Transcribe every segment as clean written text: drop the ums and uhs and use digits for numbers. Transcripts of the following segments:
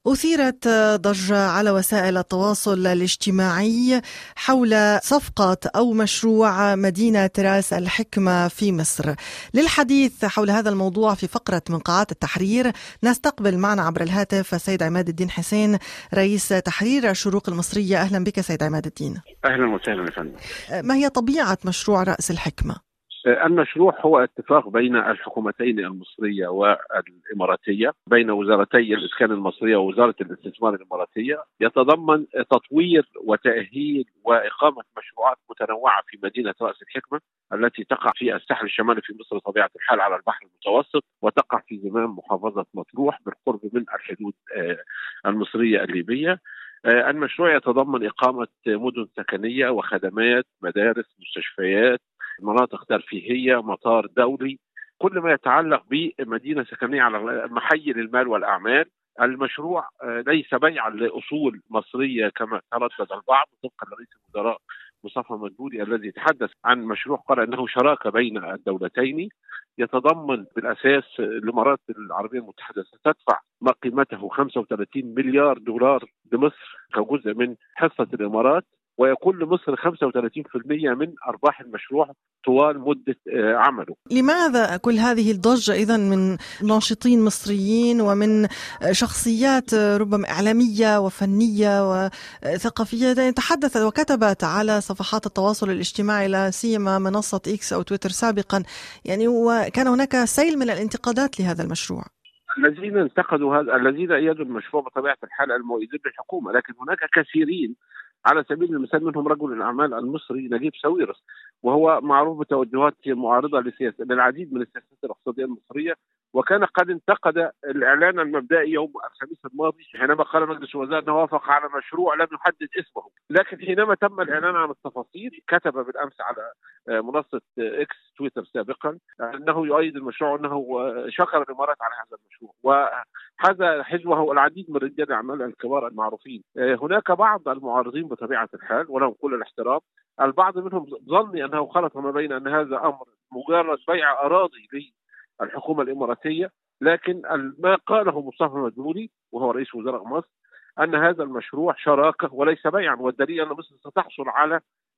أثيرت ضجة على وسائل التواصل الاجتماعي حول صفقة أو مشروع مدينة راس الحكمة في مصر. للحديث حول هذا الموضوع في فقرة من قاعات التحرير نستقبل معنا عبر الهاتف السيد عماد الدين حسين، رئيس تحرير الشروق المصرية. أهلا بك سيد عماد الدين. أهلا وسهلا يا فندم. ما هي طبيعة مشروع رأس الحكمة؟ المشروع هو اتفاق بين الحكومتين المصرية والإماراتية، بين وزارتي الإسكان المصرية ووزارة الاستثمار الإماراتية، يتضمن تطوير وتأهيل وإقامة مشروعات متنوعة في مدينة رأس الحكمة التي تقع في الساحل الشمالي في مصر بطبيعة الحال على البحر المتوسط، وتقع في زمام محافظة مطروح بالقرب من الحدود المصرية الليبية. المشروع يتضمن إقامة مدن سكنية وخدمات، مدارس، مستشفيات، مناطق ترفيهية، مطار دولي، كل ما يتعلق بمدينة سكنية على محي للمال والأعمال. المشروع ليس بيعا لأصول مصرية كما تردد البعض، طبقا لرئيس الوزراء مصطفى مدبولي الذي تحدث عن مشروع قال أنه شراكة بين الدولتين. يتضمن بالأساس الإمارات العربية المتحدة ستدفع ما قيمته 35 مليار دولار لمصر كجزء من حصة الإمارات، ويكون لمصر 35% من أرباح المشروع طوال مدة عمله. لماذا كل هذه الضجة إذن من ناشطين مصريين ومن شخصيات ربما إعلامية وفنية وثقافية تحدثت وكتبت على صفحات التواصل الاجتماعي لا سيما منصة إكس أو تويتر سابقا، يعني وكان هناك سيل من الانتقادات لهذا المشروع؟ الذين انتقدوا هذا، الذين أيدوا المشروع بطبيعة الحال المؤيدين للحكومة، لكن هناك كثيرين على سبيل المثال منهم رجل الأعمال المصري نجيب ساويرس، وهو معروف بتوجهات معارضة للعديد من السياسات الاقتصادية المصرية، وكان قد انتقد الإعلان المبدئي يوم الخميس الماضي حينما قال مجلس الوزراء أنه وافق على مشروع لم يحدد اسمه، لكن حينما تم الإعلان عن التفاصيل كتب بالأمس على منصة إكس تويتر سابقا أنه يؤيد المشروع وأنه شكر الإمارات على هذا المشروع، وهذا حزبه العديد من رجال الأعمال الكبار المعروفين. هناك بعض المعارضين بطبيعة الحال ولهم كل الاحترام، البعض منهم ظني أنه خلط ما بين أن هذا أمر مجرد بيع أراضي للحكومة الإماراتية، لكن ما قاله مصطفى مدبولي وهو رئيس وزراء مصر أن هذا المشروع شراكة وليس بيعا، والدليل أن مصر ستحصل على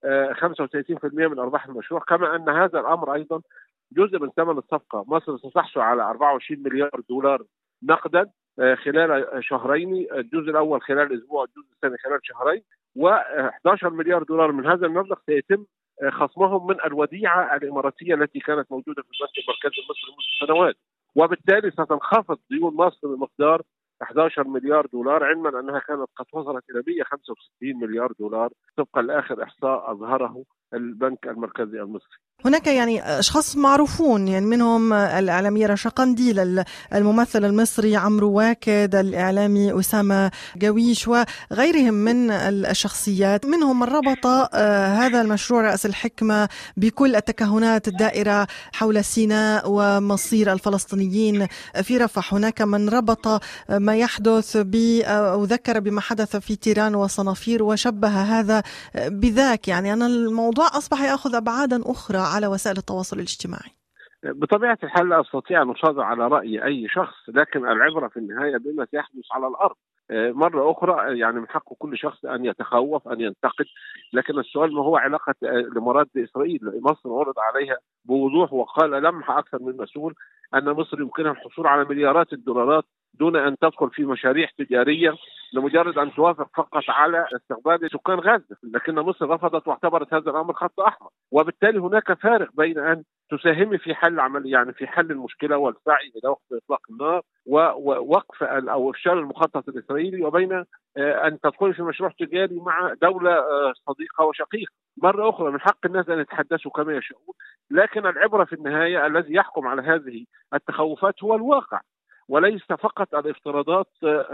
35% من أرباح المشروع، كما أن هذا الأمر أيضا جزء من ثمن الصفقة. مصر ستحصل على 24 مليار دولار نقدا خلال شهرين، الجزء الأول خلال أسبوع، الجزء الثاني خلال شهرين، و11 مليار دولار من هذا المبلغ سيتم خصمهم من الوديعة الإماراتية التي كانت موجودة في البنك المركزي المصري منذ سنوات، وبالتالي ستنخفض ديون مصر بمقدار 11 مليار دولار، علما أنها كانت قد وصلت إلى 165 مليار دولار طبقا لآخر إحصاء أظهره البنك المركزي المصري. هناك يعني أشخاص معروفون، يعني منهم الإعلامية رشا قنديل، الممثل المصري عمرو واكد، الإعلامي أسامة جويش، وغيرهم من الشخصيات، منهم من ربط هذا المشروع رأس الحكمة بكل التكهنات الدائرة حول سيناء ومصير الفلسطينيين في رفح. هناك من ربط ما يحدث أو ذكر بما حدث في تيران وصنافير وشبه هذا بذاك. يعني أن الموضوع أصبح يأخذ أبعادا أخرى على وسائل التواصل الاجتماعي. بطبيعة الحال لا أستطيع أن أصادر على رأي أي شخص، لكن العبرة في النهاية بما سيحدث على الأرض. مرة أخرى يعني من حق كل شخص أن يتخوف، أن ينتقد، لكن السؤال ما هو علاقة الإمارات بإسرائيل؟ مصر عرض عليها بوضوح وقال لمح أكثر من مسؤول أن مصر يمكنها الحصول على مليارات الدولارات دون أن تدخل في مشاريع تجارية، لمجرد أن توافق فقط على استقبال سكان غزة، لكن مصر رفضت واعتبرت هذا الأمر خط أحمر. وبالتالي هناك فارق بين أن تساهمي في حل عمل، يعني في حل المشكلة والسعي إلى وقف إطلاق النار ووقف أو إفشال المخطط الإسرائيلي، وبين أن تدخلي في مشروع تجاري مع دولة صديقة وشقيقة. مرة أخرى من حق الناس أن يتحدثوا كما يشاءون، لكن العبرة في النهاية الذي يحكم على هذه التخوفات هو الواقع، وليس فقط الافتراضات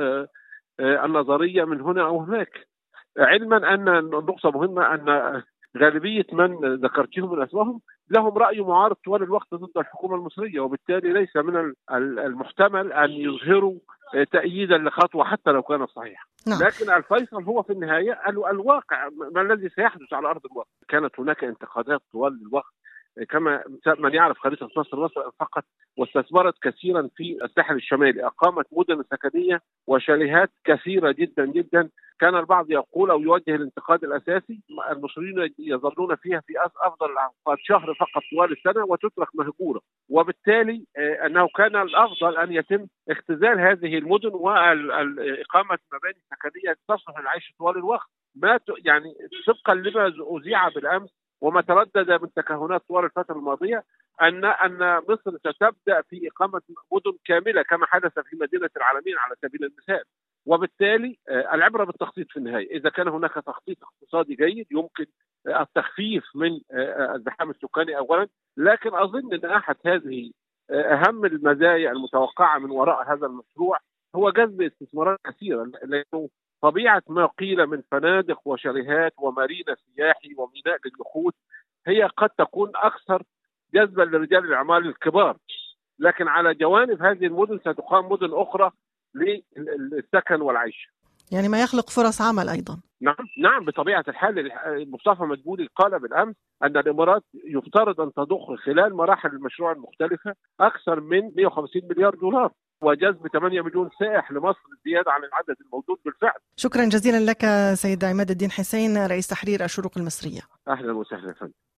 النظرية من هنا أو هناك، علما أن النقطة مهمة أن غالبية من ذكرتهم من أسمائهم لهم رأي معارض طوال الوقت ضد الحكومة المصرية، وبالتالي ليس من المحتمل أن يظهروا تأييدا لخطوة حتى لو كانت صحيحة. لكن الفيصل هو في النهاية الواقع، ما الذي سيحدث على أرض الواقع. كانت هناك انتقادات طوال الوقت كما من يعرف خريطة مصر فقط واستثمرت كثيرا في الساحل الشمالي، أقامت مدن سكنية وشاليهات كثيرة جدا جدا. كان البعض يقول أو يوجه الانتقاد الأساسي المصريين يظلون فيها في أفضل شهر فقط طوال السنة وتترك مهجورة، وبالتالي أنه كان الأفضل أن يتم اختزال هذه المدن وإقامة مباني سكنية تصلح العيش طوال الوقت. ما يعني طبقا لما أذيع بالأمس وما تردد من تكهنات طوال الفترة الماضية أن مصر ستبدأ في إقامة مدن كاملة كما حدث في مدينة العالمين على سبيل المثال. وبالتالي العبرة بالتخطيط في النهاية. إذا كان هناك تخطيط اقتصادي جيد يمكن التخفيف من الزحام السكاني أولا، لكن أظن أن أحد هذه أهم المزايا المتوقعة من وراء هذا المشروع هو جذب استثمارات كثيرة، لأنه طبيعة ما قيل من فنادق وشاليهات ومارينا سياحي وميناء لليخوت هي قد تكون أكثر جذبا لرجال الأعمال الكبار، لكن على جوانب هذه المدن ستقام مدن أخرى للسكن والعيش، يعني ما يخلق فرص عمل أيضا. نعم بطبيعة الحال. مصطفى مدبولي قال بالأمس أن الإمارات يفترض أن تضخ خلال مراحل المشروع المختلفة أكثر من 150 مليار دولار وجذب 8 مليون سائح لمصر زيادة عن العدد الموجود بالفعل. شكرا جزيلا لك سيد عماد الدين حسين، رئيس تحرير الشروق المصرية. أهلا وسهلا.